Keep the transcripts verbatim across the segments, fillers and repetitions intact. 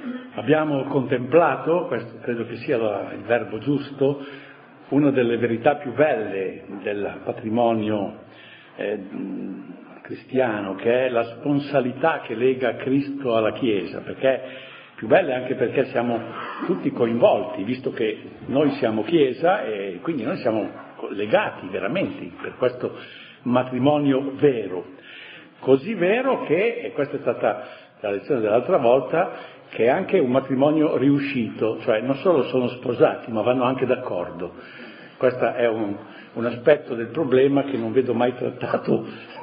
Abbiamo contemplato, questo credo che sia la, il verbo giusto, una delle verità più belle del patrimonio eh, cristiano, che è la sponsalità che lega Cristo alla Chiesa, perché più belle anche perché siamo tutti coinvolti, visto che noi siamo Chiesa e quindi noi siamo legati veramente per questo matrimonio vero, così vero che, e questa è stata la lezione dell'altra volta, che è anche un matrimonio riuscito, cioè non solo sono sposati ma vanno anche d'accordo. Questo è un, un aspetto del problema che non vedo mai trattato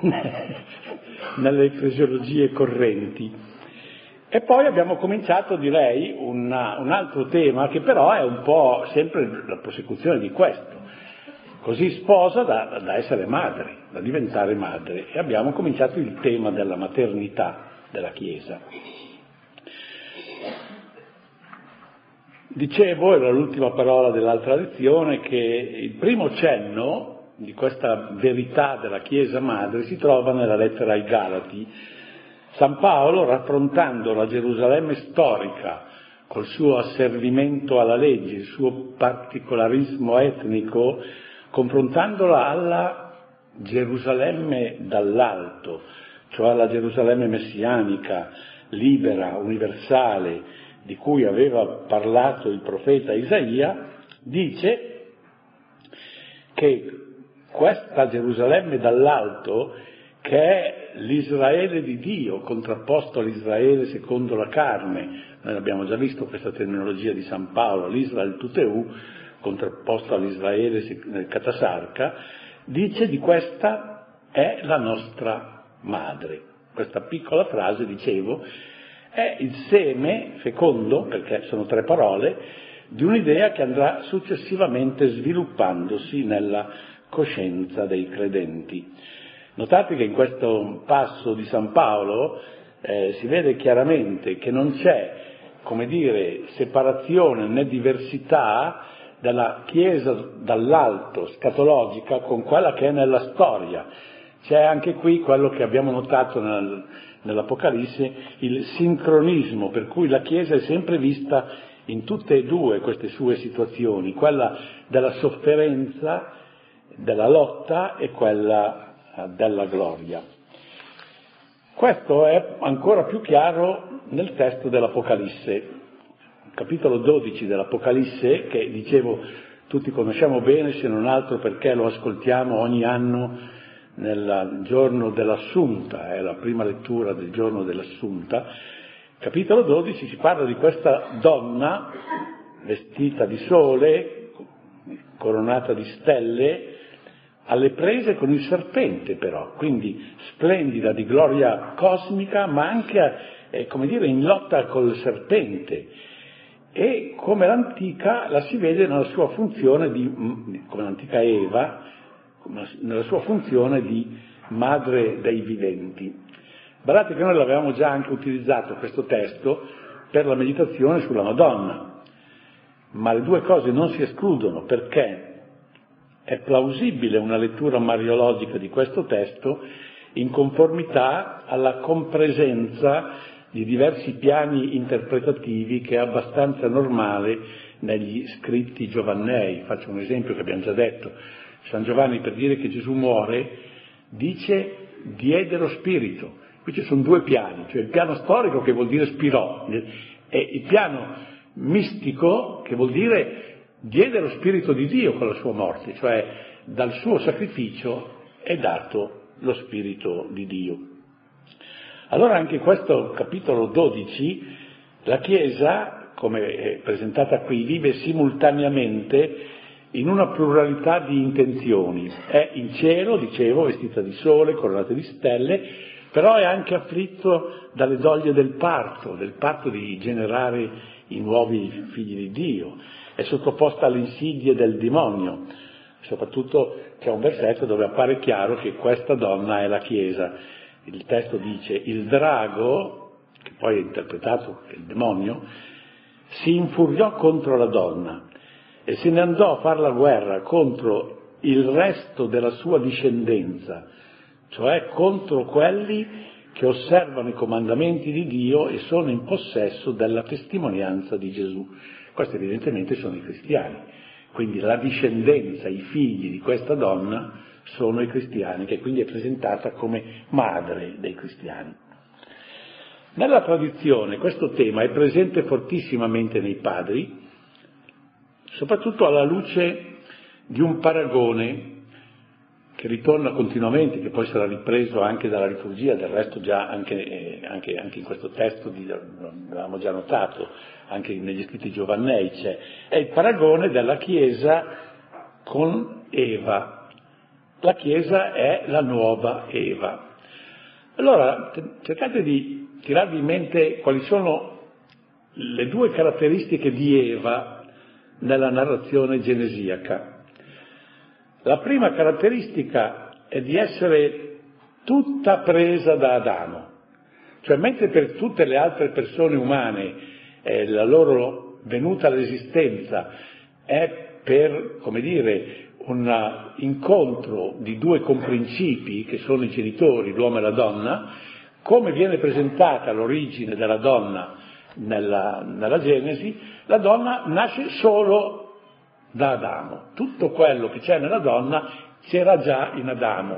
nelle ecclesiologie correnti. E poi abbiamo cominciato, direi, una, un altro tema che però è un po' sempre la prosecuzione di questo. Così sposa da, da essere madre, da diventare madre. E abbiamo cominciato il tema della maternità della Chiesa. Dicevo, era l'ultima parola dell'altra lezione, che il primo cenno di questa verità della Chiesa madre si trova nella lettera ai Galati. San Paolo, raffrontando la Gerusalemme storica col suo asservimento alla legge, il suo particolarismo etnico, confrontandola alla Gerusalemme dall'alto, cioè alla Gerusalemme messianica, libera, universale, di cui aveva parlato il profeta Isaia, dice che questa Gerusalemme dall'alto, che è l'Israele di Dio, contrapposto all'Israele secondo la carne, noi abbiamo già visto questa terminologia di San Paolo, l'Israel tuteu, contrapposto all'Israele catasarca, dice di questa è la nostra madre. Questa piccola frase, dicevo, è il seme fecondo, perché sono tre parole, di un'idea che andrà successivamente sviluppandosi nella coscienza dei credenti. Notate che in questo passo di San Paolo eh, si vede chiaramente che non c'è, come dire, separazione né diversità della Chiesa dall'alto, scatologica, con quella che è nella storia. C'è anche qui quello che abbiamo notato nel, nell'Apocalisse, il sincronismo, per cui la Chiesa è sempre vista in tutte e due queste sue situazioni, quella della sofferenza, della lotta e quella della gloria. Questo è ancora più chiaro nel testo dell'Apocalisse, capitolo dodici dell'Apocalisse, che dicevo tutti conosciamo bene, se non altro perché lo ascoltiamo ogni anno nel giorno dell'Assunta, è la prima lettura del giorno dell'Assunta. Capitolo dodici ci parla di questa donna vestita di sole, coronata di stelle, alle prese con il serpente però, quindi splendida di gloria cosmica, ma anche, eh, come dire, in lotta col serpente. E come l'antica la si vede nella sua funzione di, come l'antica Eva, nella sua funzione di madre dei viventi. Guardate che noi l'avevamo già anche utilizzato questo testo per la meditazione sulla Madonna, ma le due cose non si escludono, perché è plausibile una lettura mariologica di questo testo in conformità alla compresenza di diversi piani interpretativi che è abbastanza normale negli scritti giovannei. Faccio un esempio che abbiamo già detto. San Giovanni, per dire che Gesù muore, dice diede lo spirito. Qui ci sono due piani, cioè il piano storico che vuol dire spirò, e il piano mistico che vuol dire diede lo spirito di Dio con la sua morte, cioè dal suo sacrificio è dato lo spirito di Dio. Allora anche in questo capitolo dodici la Chiesa, come è presentata qui, vive simultaneamente in una pluralità di intenzioni. È in cielo, dicevo, vestita di sole, coronata di stelle, però è anche afflitto dalle doglie del parto, del parto di generare i nuovi figli di Dio. È sottoposta alle insidie del demonio. Soprattutto c'è un versetto dove appare chiaro che questa donna è la Chiesa. Il testo dice: il drago, che poi è interpretato che è il demonio, si infuriò contro la donna e se ne andò a fare la guerra contro il resto della sua discendenza, cioè contro quelli che osservano i comandamenti di Dio e sono in possesso della testimonianza di Gesù. Questi evidentemente sono i cristiani, quindi la discendenza, i figli di questa donna sono i cristiani, che quindi è presentata come madre dei cristiani. Nella tradizione questo tema è presente fortissimamente nei padri, soprattutto alla luce di un paragone che ritorna continuamente, che poi sarà ripreso anche dalla liturgia, del resto già anche, eh, anche, anche in questo testo di, l'avevamo già notato, anche negli scritti giovannei c'è, è il paragone della Chiesa con Eva. La Chiesa è la nuova Eva. Allora cercate di tirarvi in mente quali sono le due caratteristiche di Eva nella narrazione genesiaca. La prima caratteristica è di essere tutta presa da Adamo, cioè mentre per tutte le altre persone umane eh, la loro venuta all'esistenza è per, come dire, un incontro di due comprincipi che sono i genitori, l'uomo e la donna, come viene presentata l'origine della donna nella, nella Genesi, la donna nasce solo da Adamo. Tutto quello che c'è nella donna c'era già in Adamo.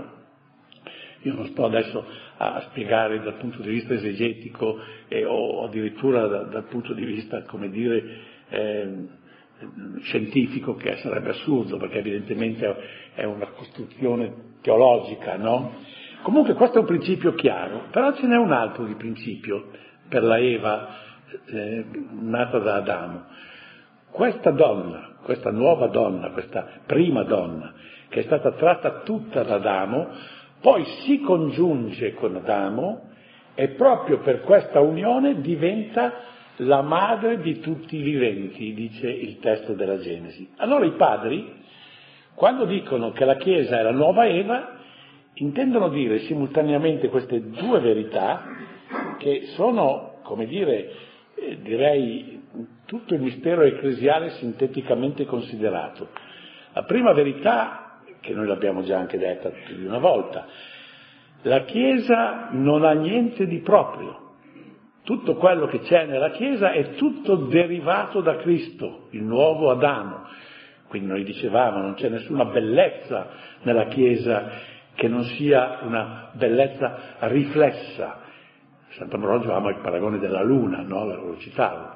Io non sto adesso a spiegare dal punto di vista esegetico eh, o addirittura da, dal punto di vista, come dire, eh, scientifico, che sarebbe assurdo, perché evidentemente è una costruzione teologica, no? Comunque questo è un principio chiaro, però ce n'è un altro di principio per la Eva eh, nata da Adamo. Questa donna, questa nuova donna, questa prima donna, che è stata tratta tutta da Adamo, poi si congiunge con Adamo e proprio per questa unione diventa la madre di tutti i viventi, dice il testo della Genesi. Allora i padri, quando dicono che la Chiesa è la nuova Eva, intendono dire simultaneamente queste due verità che sono, come dire, eh, direi tutto il mistero ecclesiale sinteticamente considerato. La prima verità, che noi l'abbiamo già anche detta più di una volta, la Chiesa non ha niente di proprio. Tutto quello che c'è nella Chiesa è tutto derivato da Cristo, il nuovo Adamo. Quindi noi dicevamo, non c'è nessuna bellezza nella Chiesa che non sia una bellezza riflessa. Sant'Ambrogio ama il paragone della luna, no? Lo citavo.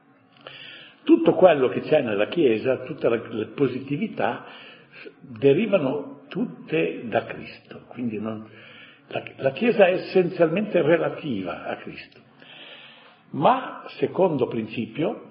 Tutto quello che c'è nella Chiesa, tutte le positività, derivano tutte da Cristo. Quindi non, la, la Chiesa è essenzialmente relativa a Cristo. Ma, secondo principio,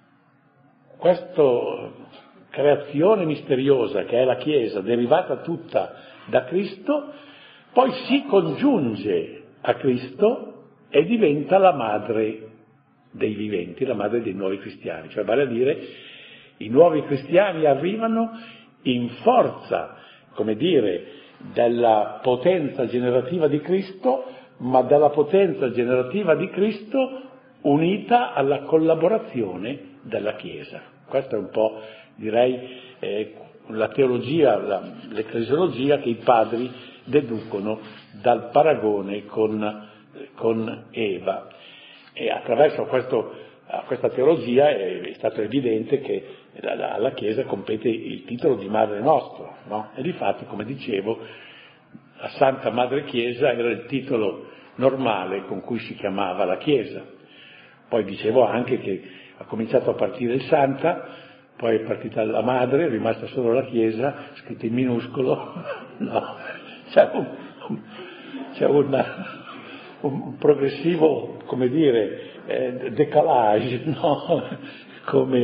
questa creazione misteriosa che è la Chiesa, derivata tutta da Cristo, poi si congiunge a Cristo e diventa la madre dei viventi, la madre dei nuovi cristiani. Cioè, vale a dire, i nuovi cristiani arrivano in forza, come dire, della potenza generativa di Cristo, ma dalla potenza generativa di Cristo unita alla collaborazione della Chiesa. Questa è un po', direi, eh, la teologia, la, l'ecclesiologia che i padri deducono dal paragone con, con Eva. E attraverso questo, questa teologia è, è stato evidente che alla Chiesa compete il titolo di Madre Nostra, no? E difatti, come dicevo, la Santa Madre Chiesa era il titolo normale con cui si chiamava la Chiesa. Poi dicevo anche che ha cominciato a partire il Santa, poi è partita la Madre, è rimasta solo la Chiesa, scritta in minuscolo. No, c'è un, c'è una, un progressivo, come dire, eh, decalage, no? Come...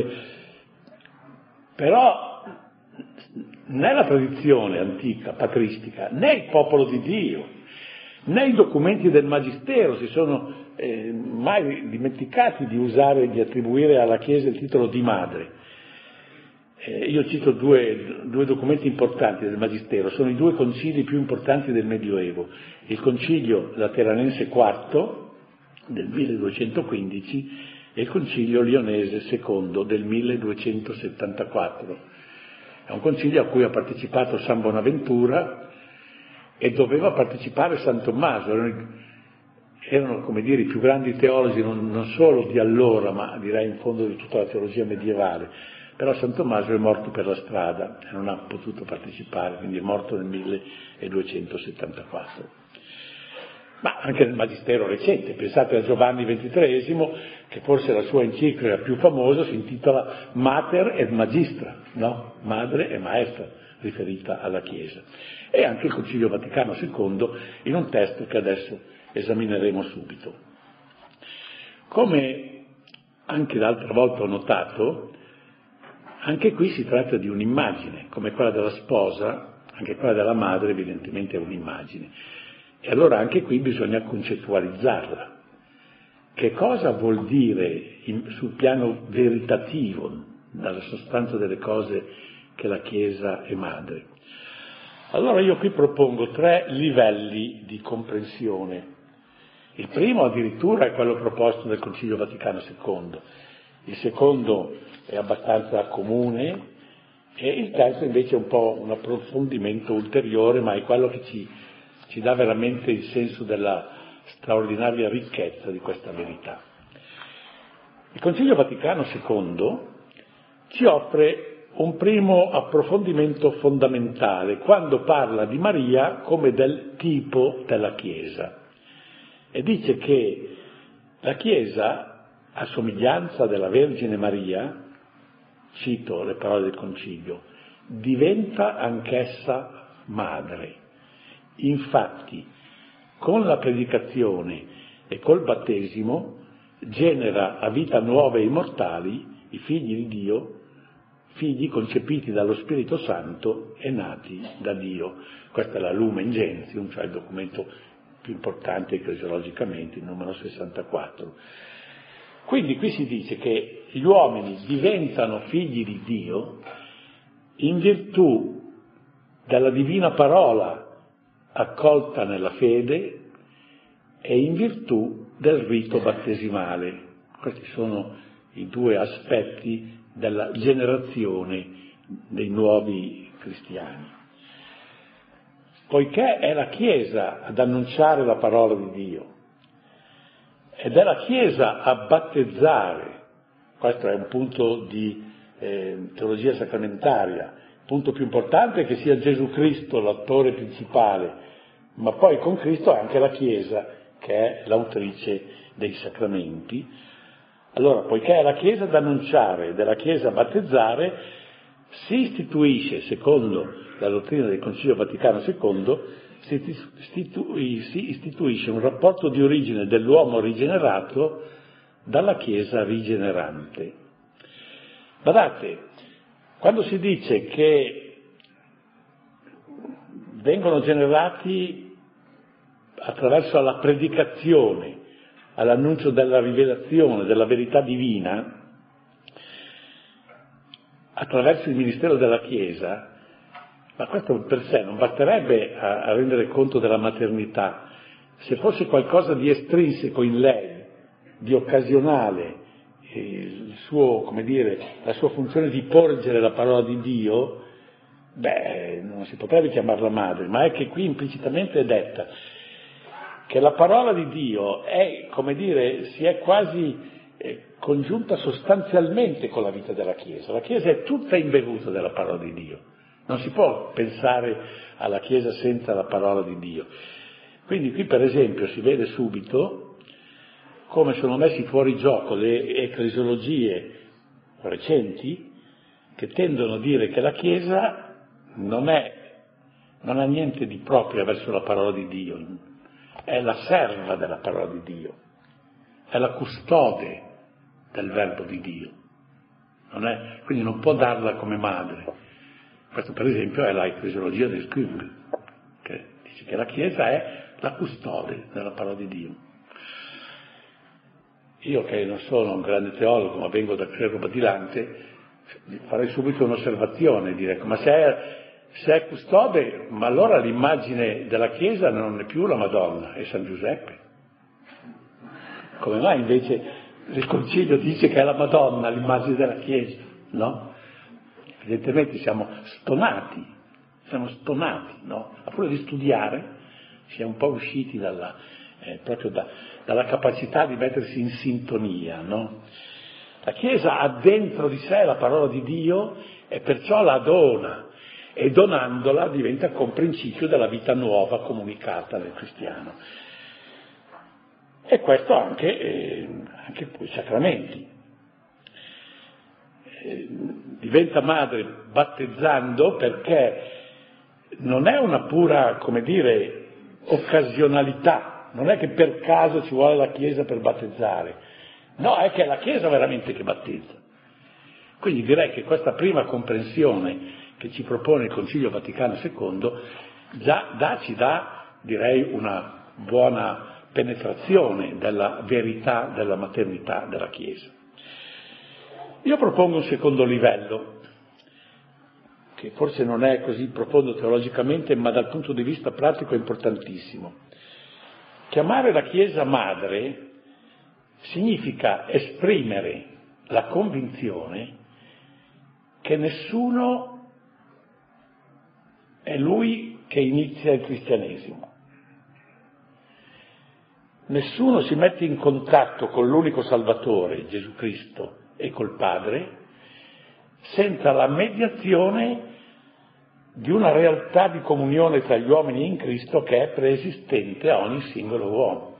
Però né la tradizione antica, patristica, né il popolo di Dio, né i documenti del Magistero si sono eh, mai dimenticati di usare, di attribuire alla Chiesa il titolo di madre. Eh, io cito due, due documenti importanti del Magistero, sono i due concili più importanti del Medioevo, il Concilio Lateranense quarto del milleduecentoquindici e il Concilio Lionese secondo del milleduecentosettantaquattro. È un concilio a cui ha partecipato San Bonaventura e doveva partecipare San Tommaso. erano, come dire, i più grandi teologi non, non solo di allora, ma direi in fondo di tutta la teologia medievale. Però San Tommaso è morto per la strada e non ha potuto partecipare, quindi è morto nel milleduecentosettantaquattro. Ma anche nel Magistero recente, pensate a Giovanni ventitreesimo, che forse la sua enciclica più famosa si intitola Mater et Magistra, no? Madre e maestra, riferita alla Chiesa. E anche il Concilio Vaticano secondo in un testo che adesso esamineremo subito. Come anche l'altra volta ho notato, anche qui si tratta di un'immagine, come quella della sposa, anche quella della madre evidentemente è un'immagine. E allora anche qui bisogna concettualizzarla. Che cosa vuol dire in, sul piano veritativo, dalla sostanza delle cose, che la Chiesa è madre? Allora io qui propongo tre livelli di comprensione. Il primo addirittura è quello proposto dal Concilio Vaticano secondo, il secondo è abbastanza comune e il terzo invece è un po' un approfondimento ulteriore, ma è quello che ci, ci dà veramente il senso della straordinaria ricchezza di questa verità. Il Concilio Vaticano secondo ci offre un primo approfondimento fondamentale quando parla di Maria come del tipo della Chiesa e dice che la Chiesa, a somiglianza della Vergine Maria, cito le parole del Concilio, diventa anch'essa madre. Infatti, con la predicazione e col battesimo genera a vita nuove e immortali i figli di Dio, figli concepiti dallo Spirito Santo e nati da Dio. Questa è la Lumen Gentium, cioè il documento più importante ecclesiologicamente, il numero sessantaquattro. Quindi qui si dice che gli uomini diventano figli di Dio in virtù della divina parola accolta nella fede e in virtù del rito battesimale. Questi sono i due aspetti della generazione dei nuovi cristiani. Poiché è la Chiesa ad annunciare la parola di Dio ed è la Chiesa a battezzare, questo è un punto di eh, teologia sacramentaria, il punto più importante è che sia Gesù Cristo l'attore principale, ma poi con Cristo è anche la Chiesa che è l'autrice dei sacramenti. Allora, poiché è la Chiesa ad annunciare ed è la Chiesa a battezzare, si istituisce, secondo la dottrina del Concilio Vaticano secondo, si, istitui, si istituisce un rapporto di origine dell'uomo rigenerato dalla Chiesa rigenerante. Guardate, quando si dice che vengono generati attraverso la predicazione, all'annuncio della rivelazione, della verità divina, attraverso il ministero della Chiesa, ma questo per sé non basterebbe a, a rendere conto della maternità. Se fosse qualcosa di estrinseco in lei, di occasionale, il suo, come dire, la sua funzione di porgere la parola di Dio, beh, non si potrebbe chiamarla madre, ma è che qui implicitamente è detta che la parola di Dio è, come dire, si è quasi eh, congiunta sostanzialmente con la vita della Chiesa. La Chiesa è tutta imbevuta della parola di Dio. Non si può pensare alla Chiesa senza la parola di Dio. Quindi qui per esempio si vede subito come sono messi fuori gioco le ecclesiologie recenti che tendono a dire che la Chiesa non è, non ha niente di proprio verso la parola di Dio, è la serva della parola di Dio, è la custode del verbo di Dio, non è, quindi non può darla come madre. Questo per esempio è la ecclesiologia del Kübel, che dice che la Chiesa è la custode della parola di Dio. Io che non sono un grande teologo, ma vengo da Clero Badilante, farei subito un'osservazione, dire, ma se è, se è custode, ma allora l'immagine della Chiesa non è più la Madonna, è San Giuseppe. Come mai invece il Concilio dice che è la Madonna l'immagine della Chiesa, no? Evidentemente siamo stonati, siamo stonati, no? A furia di studiare, si è un po' usciti dalla, è proprio da, dalla capacità di mettersi in sintonia, no? La Chiesa ha dentro di sé la parola di Dio e perciò la dona, e donandola diventa comprincipio della vita nuova comunicata del cristiano. E questo anche, eh, anche poi i sacramenti. Eh, diventa madre battezzando perché non è una pura, come dire, occasionalità, non è che per caso ci vuole la Chiesa per battezzare, no, è che è la Chiesa veramente che battezza. Quindi direi che questa prima comprensione che ci propone il Concilio Vaticano secondo già dà, ci dà, direi, una buona penetrazione della verità della maternità della Chiesa. Io propongo un secondo livello, che forse non è così profondo teologicamente, ma dal punto di vista pratico è importantissimo. Chiamare la Chiesa madre significa esprimere la convinzione che nessuno è lui che inizia il cristianesimo. Nessuno si mette in contatto con l'unico Salvatore, Gesù Cristo, e col Padre, senza la mediazione di una realtà di comunione tra gli uomini in Cristo che è preesistente a ogni singolo uomo.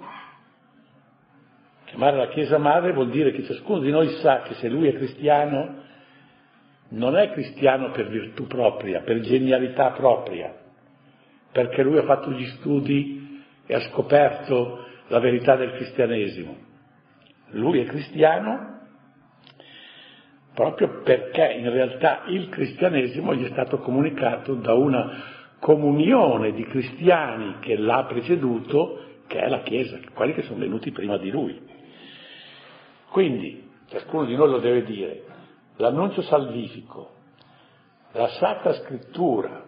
Chiamare la Chiesa madre vuol dire che ciascuno di noi sa che se lui è cristiano, non è cristiano per virtù propria, per genialità propria, perché lui ha fatto gli studi e ha scoperto la verità del cristianesimo. Lui è cristiano proprio perché in realtà il cristianesimo gli è stato comunicato da una comunione di cristiani che l'ha preceduto, che è la Chiesa, quelli che sono venuti prima di lui. Quindi, ciascuno di noi lo deve dire, l'annuncio salvifico, la Sacra Scrittura,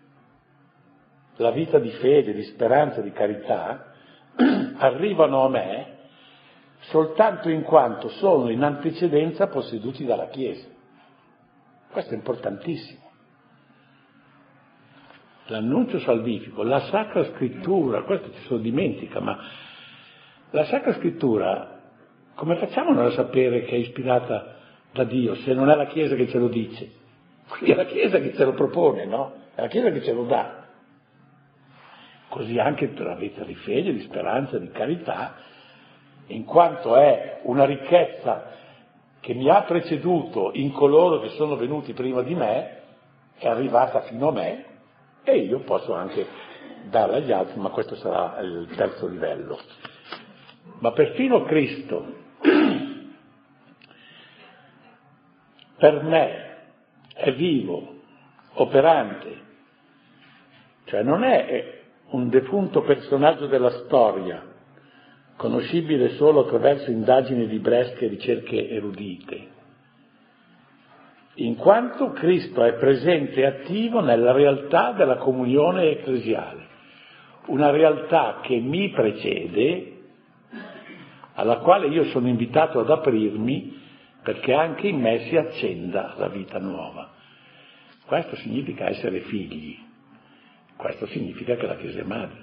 la vita di fede, di speranza, di carità, arrivano a me soltanto in quanto sono in antecedenza posseduti dalla Chiesa. Questo è importantissimo. L'annuncio salvifico, la Sacra Scrittura, questo ci si dimentica, ma la Sacra Scrittura, come facciamo noi a sapere che è ispirata da Dio se non è la Chiesa che ce lo dice? Quindi è la Chiesa che ce lo propone, no? È la Chiesa che ce lo dà. Così anche la vita di fede, di speranza, di carità, in quanto è una ricchezza che mi ha preceduto in coloro che sono venuti prima di me, è arrivata fino a me e io posso anche darla agli altri, ma questo sarà il terzo livello. Ma perfino Cristo, per me, è vivo, operante, cioè non è un defunto personaggio della storia, conoscibile solo attraverso indagini libresche e ricerche erudite, in quanto Cristo è presente e attivo nella realtà della comunione ecclesiale, una realtà che mi precede, alla quale io sono invitato ad aprirmi perché anche in me si accenda la vita nuova. Questo significa essere figli, questo significa che la Chiesa è madre.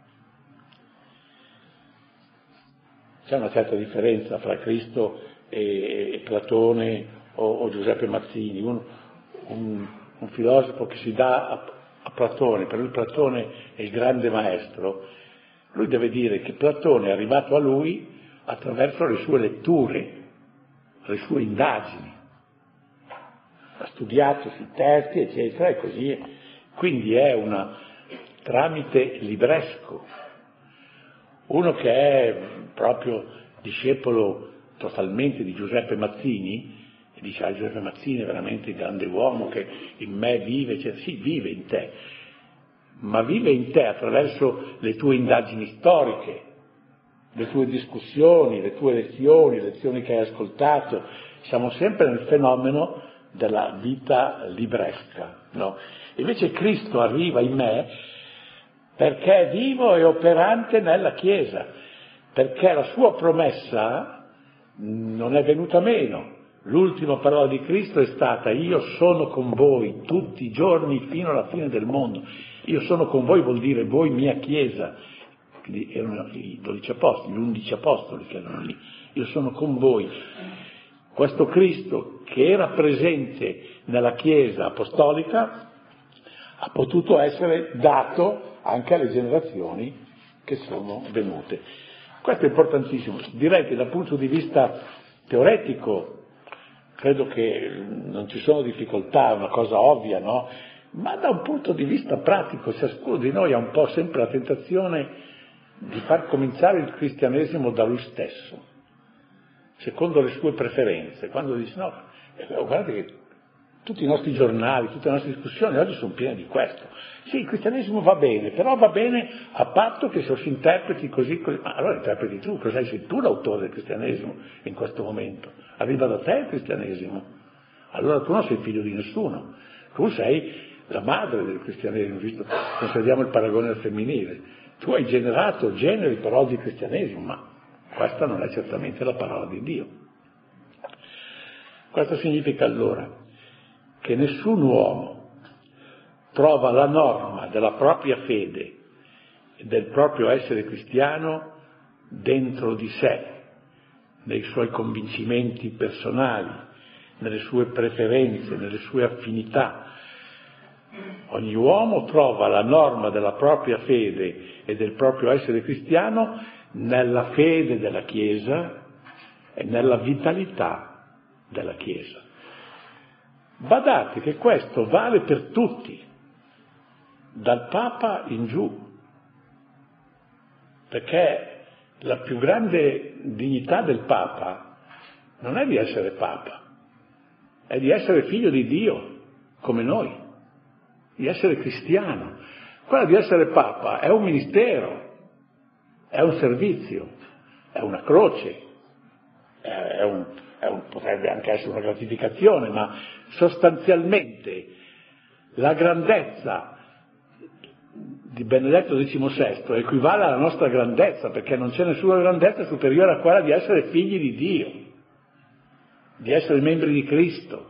C'è una certa differenza fra Cristo e, e Platone o, o Giuseppe Mazzini, un, un, un filosofo che si dà a, a Platone, per lui Platone è il grande maestro, lui deve dire che Platone è arrivato a lui attraverso le sue letture, le sue indagini, ha studiato sui testi, eccetera, e così, quindi è un tramite libresco. Uno che è proprio discepolo totalmente di Giuseppe Mazzini, e dice, ah, Giuseppe Mazzini è veramente il grande uomo che in me vive, cioè, sì, vive in te, ma vive in te attraverso le tue indagini storiche, le tue discussioni, le tue lezioni, le lezioni che hai ascoltato. Siamo sempre nel fenomeno della vita libresca, no? Invece Cristo arriva in me perché è vivo e operante nella Chiesa, perché la sua promessa non è venuta meno. L'ultima parola di Cristo è stata: io sono con voi tutti i giorni fino alla fine del mondo. Io sono con voi vuol dire voi mia Chiesa, erano i dodici apostoli, gli undici apostoli che erano lì. Io sono con voi. Questo Cristo che era presente nella Chiesa apostolica ha potuto essere dato anche alle generazioni che sono venute. Questo è importantissimo. Direi che dal punto di vista teoretico credo che non ci sono difficoltà, è una cosa ovvia, no? Ma da un punto di vista pratico ciascuno di noi ha un po' sempre la tentazione di far cominciare il cristianesimo da lui stesso, secondo le sue preferenze. Quando dice no, guardate che tutti i nostri giornali, tutte le nostre discussioni oggi sono piene di questo. Sì, il cristianesimo va bene, però va bene a patto che se lo si interpreti così, così. Ma allora interpreti tu, cos'hai? Sei tu l'autore del cristianesimo in questo momento. Arriva da te il cristianesimo. Allora tu non sei figlio di nessuno. Tu sei la madre del cristianesimo, visto che conserviamo il paragone al femminile. Tu hai generato, generi però di cristianesimo, ma questa non è certamente la parola di Dio. Questo significa allora che nessun uomo trova la norma della propria fede e del proprio essere cristiano dentro di sé, nei suoi convincimenti personali, nelle sue preferenze, nelle sue affinità. Ogni uomo trova la norma della propria fede e del proprio essere cristiano nella fede della Chiesa e nella vitalità della Chiesa. Badate che questo vale per tutti, dal Papa in giù, perché la più grande dignità del Papa non è di essere Papa, è di essere figlio di Dio, come noi, di essere cristiano. Quella di essere Papa è un ministero, è un servizio, è una croce, è un, è un, potrebbe anche essere una gratificazione, ma sostanzialmente la grandezza di Benedetto diciassette equivale alla nostra grandezza, perché non c'è nessuna grandezza superiore a quella di essere figli di Dio, di essere membri di Cristo.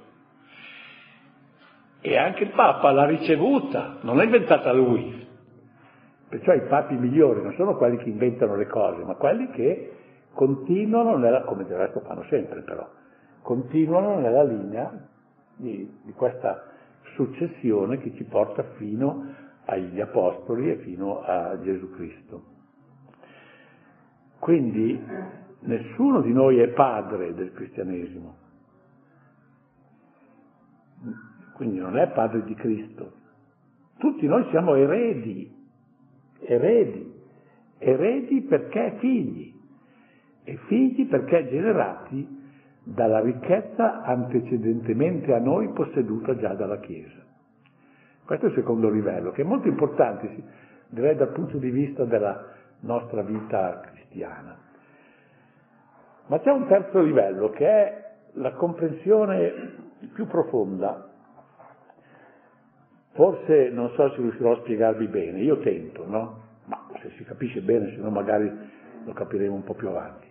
E anche il Papa l'ha ricevuta, non l'ha inventata lui. Perciò i papi migliori non sono quelli che inventano le cose, ma quelli che continuano nella, come del resto fanno sempre però, continuano nella linea di, di questa successione che ci porta fino agli Apostoli e fino a Gesù Cristo. Quindi nessuno di noi è padre del cristianesimo, quindi non è padre di Cristo. Tutti noi siamo eredi, eredi, eredi perché figli, e figli perché generati dalla ricchezza antecedentemente a noi posseduta già dalla Chiesa. Questo è il secondo livello, che è molto importante, direi dal punto di vista della nostra vita cristiana. Ma c'è un terzo livello, che è la comprensione più profonda. Forse non so se riuscirò a spiegarvi bene, io tento, no? Ma se si capisce bene, se no magari lo capiremo un po' più avanti.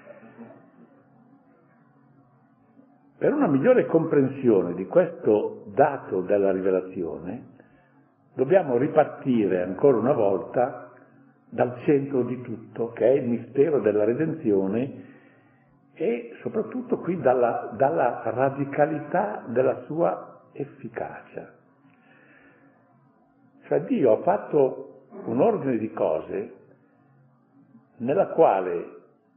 Per una migliore comprensione di questo dato della rivelazione, dobbiamo ripartire ancora una volta dal centro di tutto, che è il mistero della redenzione, e soprattutto qui dalla, dalla radicalità della sua efficacia. Cioè Dio ha fatto un ordine di cose nella quale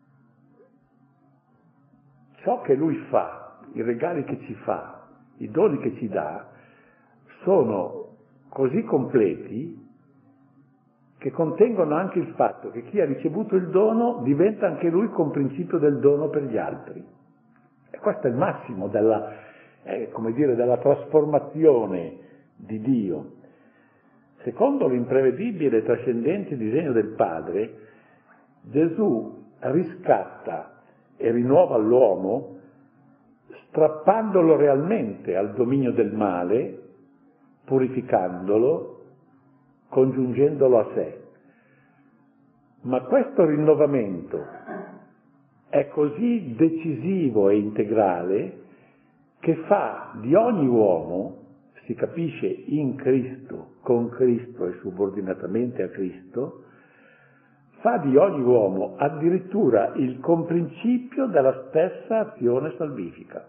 ciò che Lui fa, i regali che ci fa, i doni che ci dà, sono così completi che contengono anche il fatto che chi ha ricevuto il dono diventa anche lui con principio del dono per gli altri. E questo è il massimo della, eh, come dire, della trasformazione di Dio. Secondo l'imprevedibile e trascendente disegno del Padre, Gesù riscatta e rinnova l'uomo strappandolo realmente al dominio del male, purificandolo, congiungendolo a sé. Ma questo rinnovamento è così decisivo e integrale che fa di ogni uomo, si capisce in Cristo, con Cristo e subordinatamente a Cristo, fa di ogni uomo addirittura il comprincipio della stessa azione salvifica.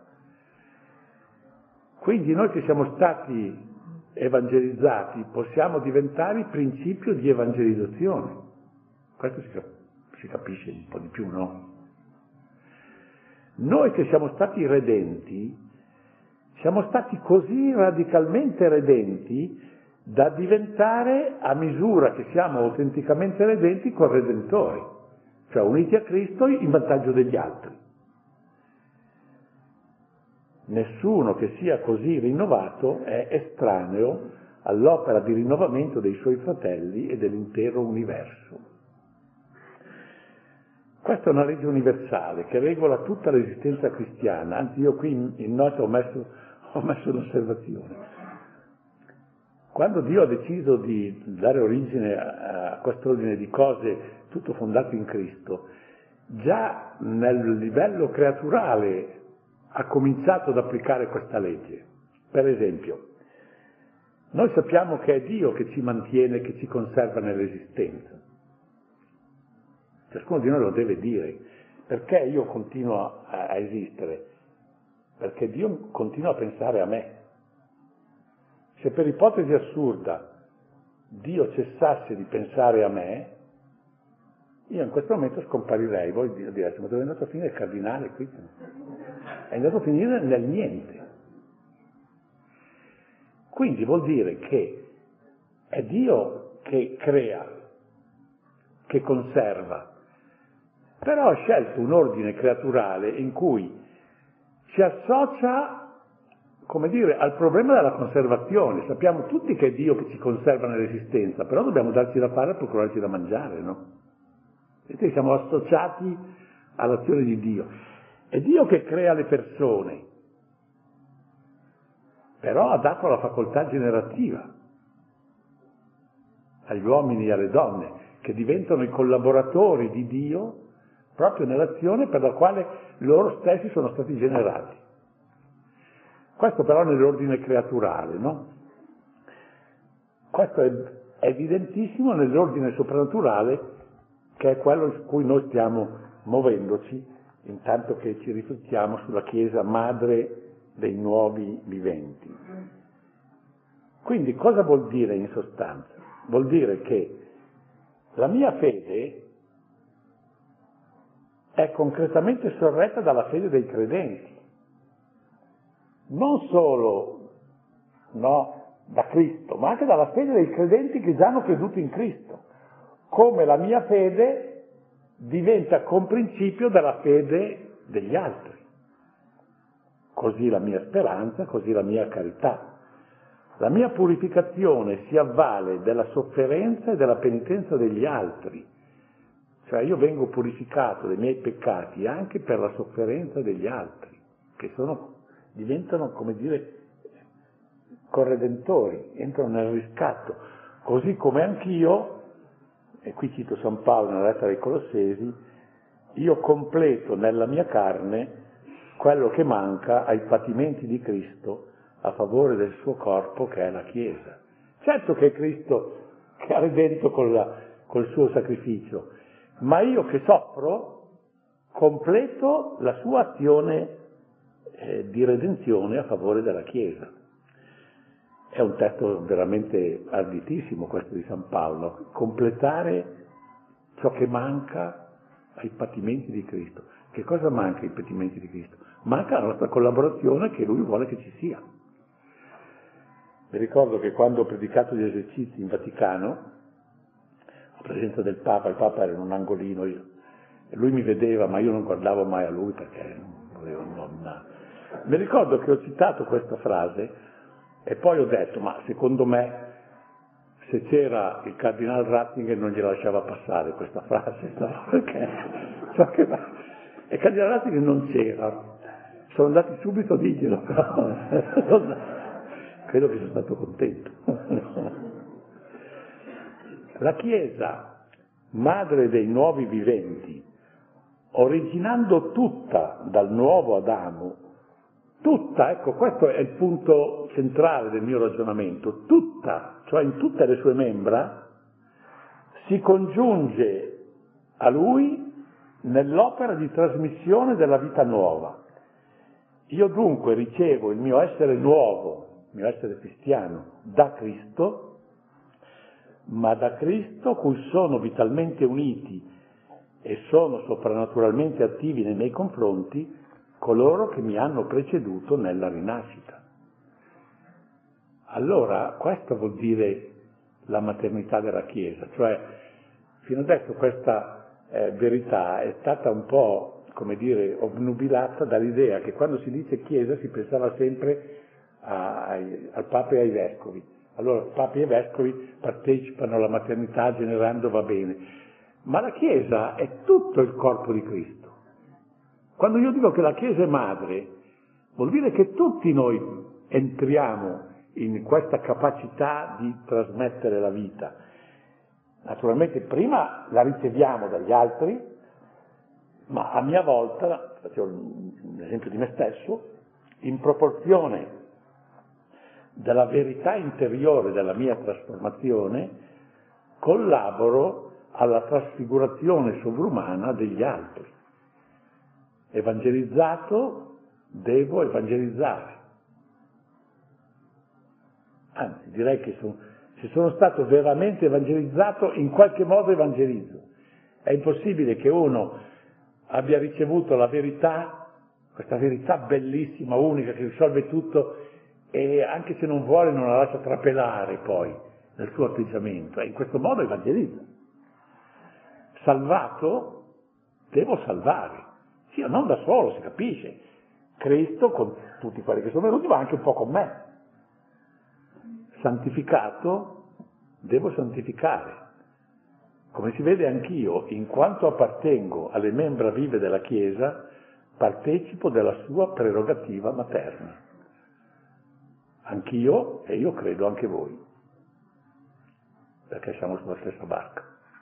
Quindi noi che siamo stati evangelizzati possiamo diventare il principio di evangelizzazione. Questo si, si capisce un po' di più, no? Noi che siamo stati redenti, siamo stati così radicalmente redenti da diventare, a misura che siamo autenticamente redenti, corredentori, cioè uniti a Cristo in vantaggio degli altri. Nessuno che sia così rinnovato è estraneo all'opera di rinnovamento dei suoi fratelli e dell'intero universo. Questa è una legge universale che regola tutta l'esistenza cristiana, anzi io qui in nota ho messo, ho messo un'osservazione. Quando Dio ha deciso di dare origine a quest'ordine di cose tutto fondato in Cristo, già nel livello creaturale ha cominciato ad applicare questa legge. Per esempio, noi sappiamo che è Dio che ci mantiene, che ci conserva nell'esistenza. Ciascuno di noi lo deve dire. Perché io continuo a, a esistere? Perché Dio continua a pensare a me. Se per ipotesi assurda Dio cessasse di pensare a me, io in questo momento scomparirei. Voi direte, ma dove è andato a finire il cardinale qui? È andato a finire nel niente. Quindi vuol dire che è Dio che crea, che conserva, però ha scelto un ordine creaturale in cui si associa, come dire, al problema della conservazione. Sappiamo tutti che è Dio che ci conserva nell'esistenza, però dobbiamo darci da fare e procurarci da mangiare, no? Vedete, siamo associati all'azione di Dio. È Dio che crea le persone, però ha dato la facoltà generativa agli uomini e alle donne, che diventano i collaboratori di Dio proprio nell'azione per la quale loro stessi sono stati generati. Questo però nell'ordine creaturale, no? Questo è evidentissimo nell'ordine soprannaturale, che è quello su cui noi stiamo muovendoci, intanto che ci riflettiamo sulla Chiesa madre dei nuovi viventi. Quindi cosa vuol dire in sostanza? Vuol dire che la mia fede è concretamente sorretta dalla fede dei credenti, non solo no, da Cristo, ma anche dalla fede dei credenti che già hanno creduto in Cristo, come la mia fede diventa comprincipio della fede degli altri. Così la mia speranza, così la mia carità. La mia purificazione si avvale della sofferenza e della penitenza degli altri. Cioè io vengo purificato dai miei peccati anche per la sofferenza degli altri, che sono, diventano, come dire, corredentori, entrano nel riscatto. Così come anch'io, e qui cito San Paolo nella lettera ai Colossesi, io completo nella mia carne quello che manca ai patimenti di Cristo a favore del suo corpo che è la Chiesa. Certo che è Cristo che ha redento col, la, col suo sacrificio, ma io che soffro completo la sua azione eh, di redenzione a favore della Chiesa. È un testo veramente arditissimo questo di San Paolo, completare ciò che manca ai patimenti di Cristo. Che cosa manca ai patimenti di Cristo? Manca la nostra collaborazione che Lui vuole che ci sia. Mi ricordo che quando ho predicato gli esercizi in Vaticano, a presenza del Papa, il Papa era in un angolino, io, e lui mi vedeva, ma io non guardavo mai a lui perché non volevo... Non... Mi ricordo che ho citato questa frase e poi ho detto, ma secondo me se c'era il cardinale Ratzinger non gliela lasciava passare questa frase, no? Perché so che... E il cardinale Ratzinger non c'era, sono andati subito a dirglielo, però credo che sia stato contento. La Chiesa, madre dei nuovi viventi, originando tutta dal nuovo Adamo, tutta, ecco, questo è il punto centrale del mio ragionamento, tutta, cioè in tutte le sue membra, si congiunge a Lui nell'opera di trasmissione della vita nuova. Io dunque ricevo il mio essere nuovo, il mio essere cristiano, da Cristo, ma da Cristo cui sono vitalmente uniti e sono soprannaturalmente attivi nei miei confronti coloro che mi hanno preceduto nella rinascita. Allora, questo vuol dire la maternità della Chiesa, cioè fino adesso questa eh, verità è stata un po', come dire, obnubilata dall'idea che quando si dice Chiesa si pensava sempre a, ai, al Papa e ai Vescovi. Allora Papa e Vescovi partecipano alla maternità generando va bene, ma la Chiesa è tutto il corpo di Cristo. Quando io dico che la Chiesa è madre, vuol dire che tutti noi entriamo in questa capacità di trasmettere la vita. Naturalmente prima la riceviamo dagli altri, ma a mia volta, faccio un esempio di me stesso, in proporzione della verità interiore della mia trasformazione, collaboro alla trasfigurazione sovrumana degli altri. Evangelizzato, devo evangelizzare. Anzi, direi che sono, se sono stato veramente evangelizzato, in qualche modo evangelizzo. È impossibile che uno abbia ricevuto la verità, questa verità bellissima, unica, che risolve tutto, e anche se non vuole non la lascia trapelare poi nel suo atteggiamento. E in questo modo evangelizza. Salvato, devo salvare. Sì, non da solo, si capisce. Cristo con tutti quelli che sono venuti, ma anche un po' con me. Santificato, devo santificare. Come si vede anch'io, in quanto appartengo alle membra vive della Chiesa, partecipo della sua prerogativa materna. Anch'io, e io credo anche voi, perché siamo sulla stessa barca.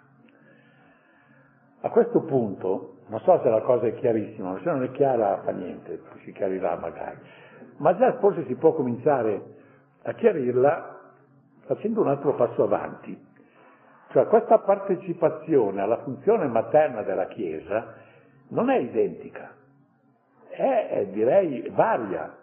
A questo punto, non so se la cosa è chiarissima, ma se non è chiara fa niente, si chiarirà magari, ma già forse si può cominciare a chiarirla facendo un altro passo avanti. Cioè questa partecipazione alla funzione materna della Chiesa non è identica, è, è direi varia,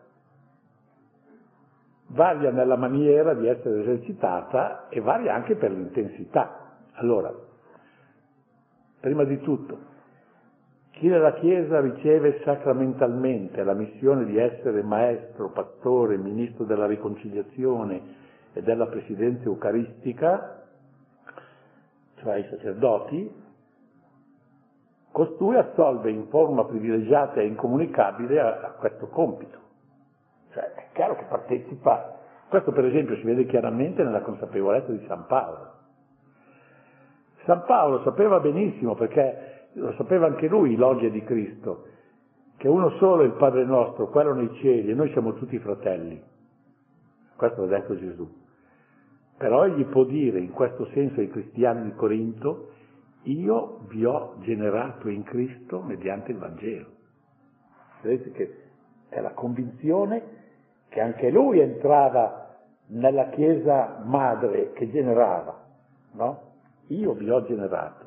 varia nella maniera di essere esercitata e varia anche per l'intensità. Allora, prima di tutto, chi nella Chiesa riceve sacramentalmente la missione di essere maestro, pastore, ministro della riconciliazione e della presidenza eucaristica, cioè i sacerdoti, costui assolve in forma privilegiata e incomunicabile a, a questo compito. Cioè è chiaro che partecipa, questo per esempio si vede chiaramente nella consapevolezza di San Paolo. San Paolo sapeva benissimo, perché lo sapeva anche lui, loggia di Cristo, che uno solo è il Padre nostro, quello nei cieli, e noi siamo tutti fratelli. Questo l'ha detto Gesù. Però egli può dire in questo senso ai cristiani di Corinto: io vi ho generato in Cristo mediante il Vangelo. Vedete che è la convinzione che anche lui entrava nella Chiesa madre che generava, no? Io vi ho generato.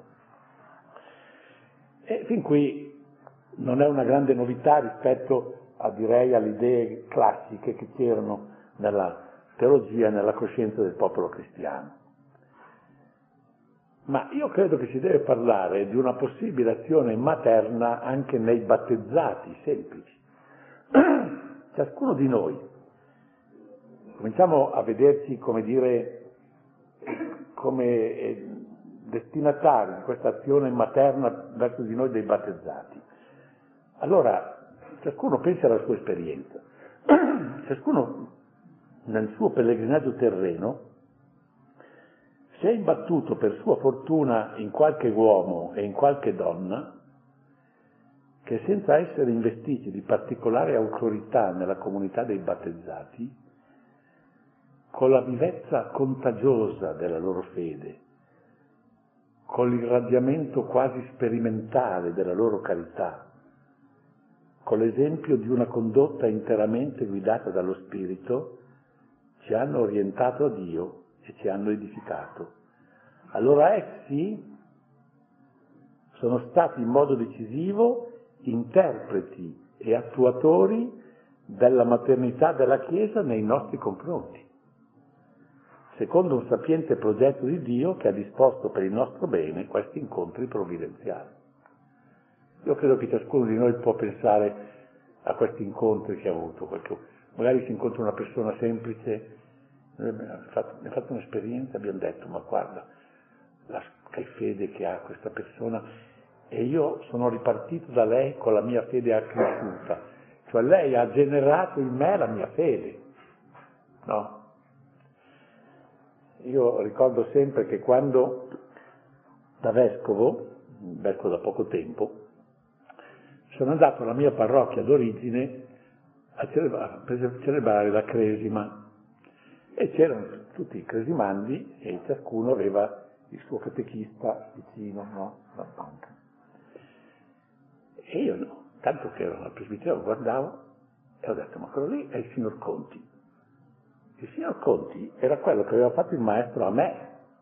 E fin qui non è una grande novità rispetto a, direi, alle idee classiche che c'erano nella teologia e nella coscienza del popolo cristiano. Ma io credo che si deve parlare di una possibile azione materna anche nei battezzati semplici. Ciascuno di noi cominciamo a vederci, come dire, come destinatari di questa azione materna verso di noi dei battezzati. Allora, ciascuno pensa alla sua esperienza. Ciascuno nel suo pellegrinaggio terreno si è imbattuto per sua fortuna in qualche uomo e in qualche donna che, senza essere investiti di particolare autorità nella comunità dei battezzati, con la vivezza contagiosa della loro fede, con l'irradiamento quasi sperimentale della loro carità, con l'esempio di una condotta interamente guidata dallo Spirito, ci hanno orientato a Dio e ci hanno edificato. Allora essi sono stati in modo decisivo interpreti e attuatori della maternità della Chiesa nei nostri confronti, secondo un sapiente progetto di Dio che ha disposto per il nostro bene questi incontri provvidenziali. Io credo che ciascuno di noi può pensare a questi incontri che ha avuto, perché magari si incontra una persona semplice, noi abbiamo fatto, abbiamo fatto un'esperienza, abbiamo detto, ma guarda, la che fede che ha questa persona, e io sono ripartito da lei con la mia fede accresciuta, cioè lei ha generato in me la mia fede, no? Io ricordo sempre che quando da vescovo, vescovo da poco tempo, sono andato alla mia parrocchia d'origine a celebrare, per celebrare la Cresima, e c'erano tutti i cresimandi e ciascuno aveva il suo catechista vicino, no? La banca. E io no, tanto che ero al presbiterio, guardavo e ho detto, ma quello lì è il signor Conti. Il signor Conti era quello che aveva fatto il maestro a me,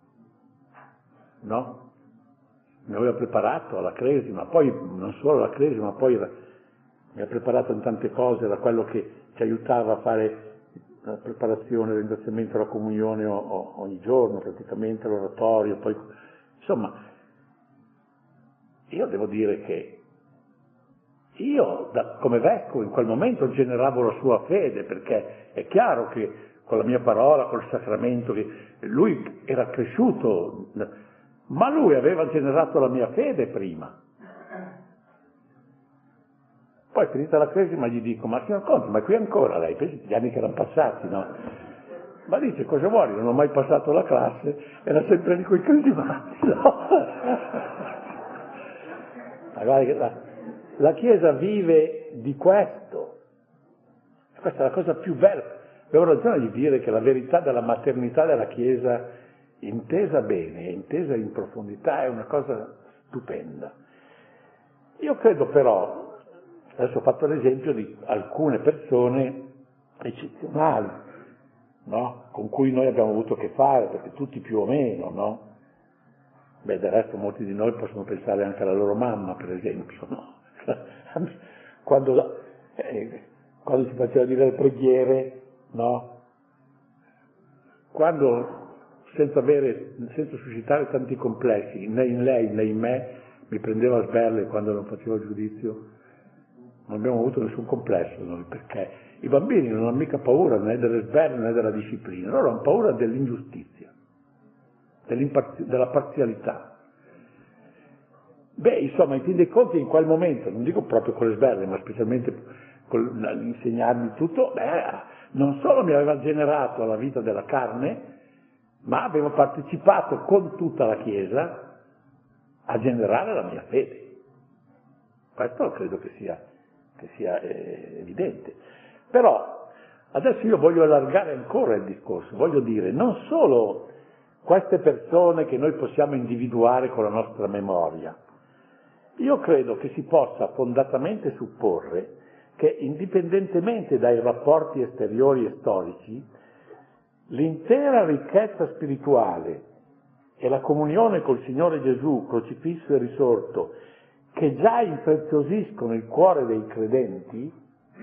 no? Mi aveva preparato alla Cresima, poi non solo alla Cresima, poi era, mi ha preparato in tante cose, era quello che ci aiutava a fare la preparazione, il ringraziamento alla comunione o, o, ogni giorno, praticamente l'oratorio, poi insomma, io devo dire che io da, come vescovo in quel momento generavo la sua fede, perché è chiaro che con la mia parola, col sacramento, che lui era cresciuto, ma lui aveva generato la mia fede prima. Poi finita la Cresima gli dico, ma signor Conti, ma qui ancora lei? Pensi gli anni che erano passati, no? Ma dice, cosa vuoi? Non ho mai passato la classe, era sempre di quei cresimati, no? Ma guarda che la, la Chiesa vive di questo. Questa è la cosa più bella. Avevo ragione di dire che la verità della maternità della Chiesa, intesa bene, intesa in profondità, è una cosa stupenda. Io credo però, adesso ho fatto l'esempio di alcune persone eccezionali, no? Con cui noi abbiamo avuto a che fare, perché tutti più o meno, no? Beh, del resto molti di noi possono pensare anche alla loro mamma, per esempio, no? Quando, eh, quando si faceva dire le preghiere, no? Quando, senza avere, senza suscitare tanti complessi, né in lei né in me, mi prendeva a sberle quando non facevo il giudizio, non abbiamo avuto nessun complesso noi, perché i bambini non hanno mica paura né delle sberle né della disciplina, loro hanno paura dell'ingiustizia, della parzialità. Beh, insomma, in fin dei conti in quel momento, non dico proprio con le sberle, ma specialmente con l'insegnarmi tutto, beh, non solo mi aveva generato la vita della carne, ma avevo partecipato con tutta la Chiesa a generare la mia fede. Questo credo che sia, che sia eh, evidente. Però adesso io voglio allargare ancora il discorso, voglio dire, non solo queste persone che noi possiamo individuare con la nostra memoria, io credo che si possa fondatamente supporre che indipendentemente dai rapporti esteriori e storici, l'intera ricchezza spirituale e la comunione col Signore Gesù, crocifisso e risorto, che già impreziosiscono il cuore dei credenti,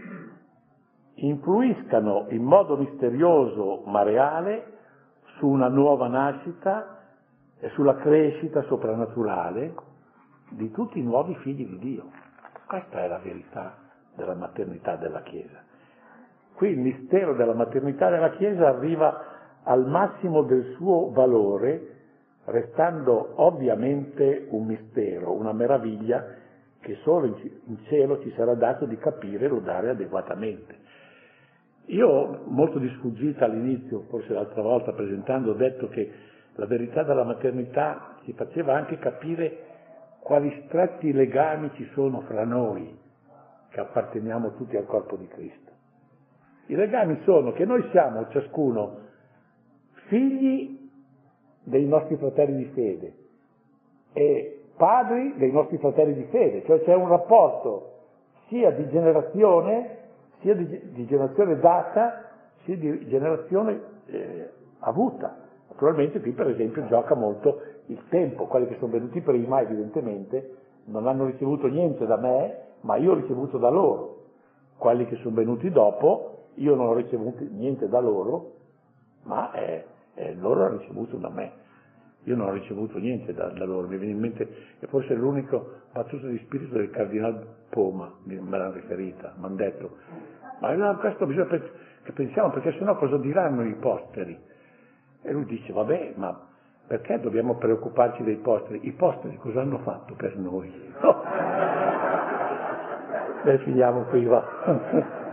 influiscano in modo misterioso ma reale su una nuova nascita e sulla crescita soprannaturale di tutti i nuovi figli di Dio. Questa è la verità della maternità della Chiesa. Qui il mistero della maternità della Chiesa arriva al massimo del suo valore, restando ovviamente un mistero, una meraviglia che solo in cielo ci sarà dato di capire e lodare adeguatamente. Io, molto di sfuggita all'inizio, forse l'altra volta presentando, ho detto che la verità della maternità ci faceva anche capire quali stretti legami ci sono fra noi, che apparteniamo tutti al corpo di Cristo. I legami sono che noi siamo ciascuno figli dei nostri fratelli di fede e padri dei nostri fratelli di fede, cioè c'è un rapporto sia di generazione, sia di, di generazione data, sia di generazione eh, avuta. Naturalmente qui per esempio gioca molto il tempo, quelli che sono venuti prima evidentemente non hanno ricevuto niente da me, ma io ho ricevuto da loro. Quelli che sono venuti dopo, io non ho ricevuto niente da loro, ma eh, eh, loro hanno ricevuto da me. Io non ho ricevuto niente da, da loro. Mi viene in mente che forse è l'unico battuto di spirito del Cardinal Poma, me l'hanno riferita, mi hanno detto, ma no, questo bisogna che pensiamo, perché sennò cosa diranno i posteri? E lui dice, vabbè, ma perché dobbiamo preoccuparci dei posteri? I posteri cosa hanno fatto per noi? No. Beh, finiamo qui, va.